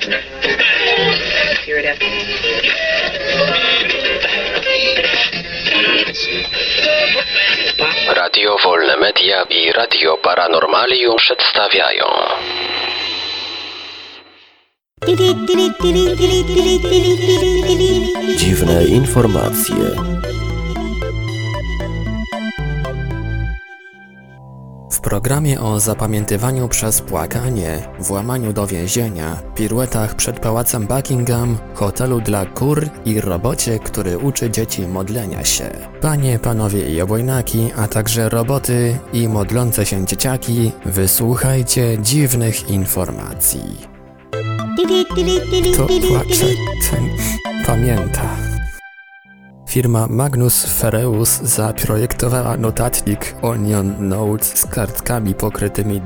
Radio Wolne Media i Radio Paranormalium przedstawiają dziwne informacje. W programie o zapamiętywaniu przez płakanie, włamaniu do więzienia, piruetach przed pałacem Buckingham, hotelu dla kur i robocie, który uczy dzieci modlenia się. Panie, panowie i obojnaki, a także roboty i modlące się dzieciaki, wysłuchajcie dziwnych informacji. Kto płacze, ten pamięta. Firma Magnus Ferreus zaprojektowała notatnik Onion Note z kartkami pokrytymi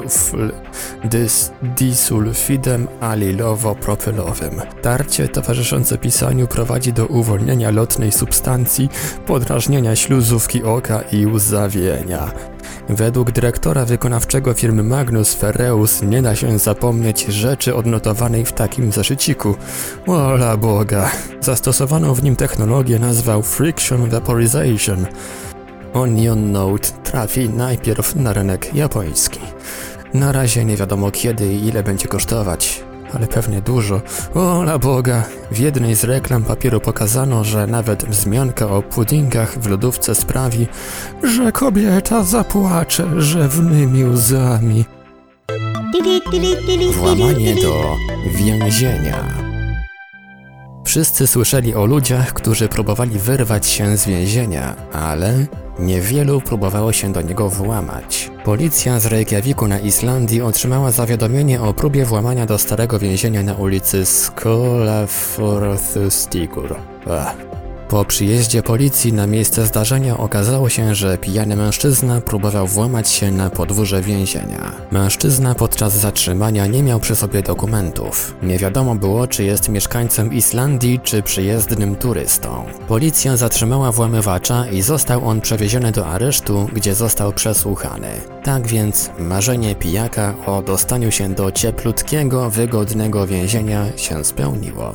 disulfidem alilowo-propylowym. Tarcie towarzyszące pisaniu prowadzi do uwolnienia lotnej substancji, podrażnienia śluzówki oka i łzawienia. Według dyrektora wykonawczego firmy Magnus Ferreus nie da się zapomnieć rzeczy odnotowanej w takim zeszyciku. Ola Boga! Zastosowano w nim technologię nazwał Friction Vaporization. Onion Note trafi najpierw na rynek japoński. Na razie nie wiadomo kiedy i ile będzie kosztować, ale pewnie dużo. Ola Boga! W jednej z reklam papieru pokazano, że nawet wzmianka o puddingach w lodówce sprawi, że kobieta zapłacze rzewnymi łzami. Włamanie do więzienia. Wszyscy słyszeli o ludziach, którzy próbowali wyrwać się z więzienia, ale niewielu próbowało się do niego włamać. Policja z Reykjaviku na Islandii otrzymała zawiadomienie o próbie włamania do starego więzienia na ulicy Skólaforthstígur. Po przyjeździe policji na miejsce zdarzenia okazało się, że pijany mężczyzna próbował włamać się na podwórze więzienia. Mężczyzna podczas zatrzymania nie miał przy sobie dokumentów. Nie wiadomo było, czy jest mieszkańcem Islandii, czy przyjezdnym turystą. Policja zatrzymała włamywacza i został on przewieziony do aresztu, gdzie został przesłuchany. Tak więc marzenie pijaka o dostaniu się do cieplutkiego, wygodnego więzienia się spełniło.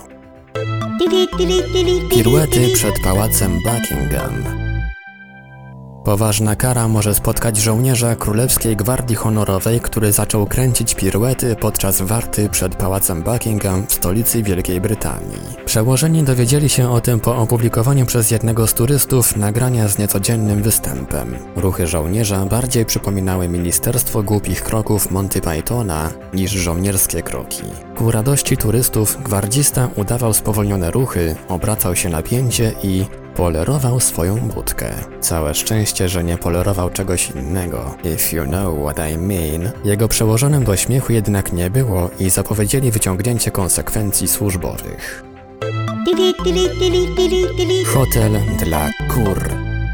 Piruety przed pałacem Buckingham. Poważna kara może spotkać żołnierza Królewskiej Gwardii Honorowej, który zaczął kręcić piruety podczas warty przed pałacem Buckingham w stolicy Wielkiej Brytanii. Przełożeni dowiedzieli się o tym po opublikowaniu przez jednego z turystów nagrania z niecodziennym występem. Ruchy żołnierza bardziej przypominały Ministerstwo Głupich Kroków Monty Pythona niż żołnierskie kroki. Ku radości turystów gwardzista udawał spowolnione ruchy, obracał się na pięcie i polerował swoją budkę. Całe szczęście, że nie polerował czegoś innego. If you know what I mean. Jego przełożonym do śmiechu jednak nie było i zapowiedzieli wyciągnięcie konsekwencji służbowych. Hotel dla kur.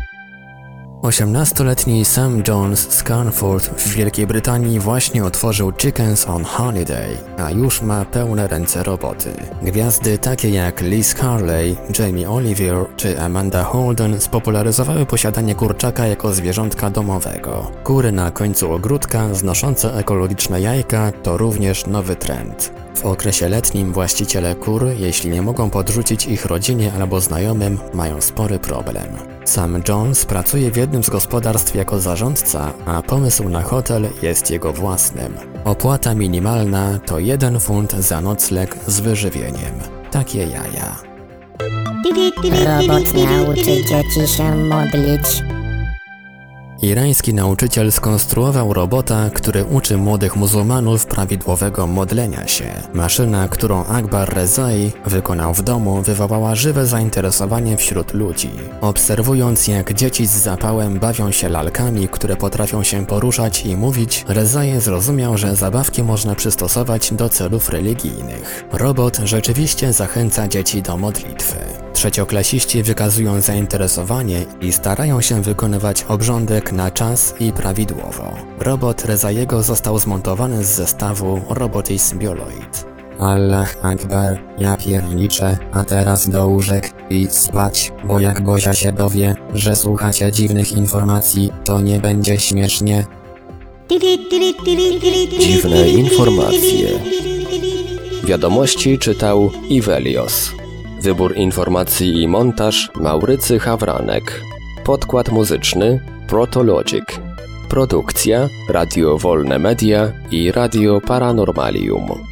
18-letni Sam Jones z Carnforth w Wielkiej Brytanii właśnie otworzył Chickens on Holiday, a już ma pełne ręce roboty. Gwiazdy takie jak Liz Carley, Jamie Oliver czy Amanda Holden spopularyzowały posiadanie kurczaka jako zwierzątka domowego. Kury na końcu ogródka znoszące ekologiczne jajka to również nowy trend. W okresie letnim właściciele kur, jeśli nie mogą podrzucić ich rodzinie albo znajomym, mają spory problem. Sam Jones pracuje w jednym z gospodarstw jako zarządca, a pomysł na hotel jest jego własnym. Opłata minimalna to 1 funt za nocleg z wyżywieniem. Takie jaja. Robot nauczy dzieci się modlić. Irański nauczyciel skonstruował robota, który uczy młodych muzułmanów prawidłowego modlenia się. Maszyna, którą Akbar Rezai wykonał w domu, wywołała żywe zainteresowanie wśród ludzi. Obserwując, jak dzieci z zapałem bawią się lalkami, które potrafią się poruszać i mówić, Rezai zrozumiał, że zabawki można przystosować do celów religijnych. Robot rzeczywiście zachęca dzieci do modlitwy. Trzecioklasiści wykazują zainteresowanie i starają się wykonywać obrządek na czas i prawidłowo. Robot Rezaiego został zmontowany z zestawu Robotis Bioloid. Allah Akbar, ja pierniczę, a teraz do łóżek i spać, bo jak Bozia się dowie, że słuchacie dziwnych informacji, to nie będzie śmiesznie. Dziwne informacje. Wiadomości czytał Ivelios. Wybór informacji i montaż Maurycy Hawranek. Podkład muzyczny Protologic. Produkcja Radio Wolne Media i Radio Paranormalium.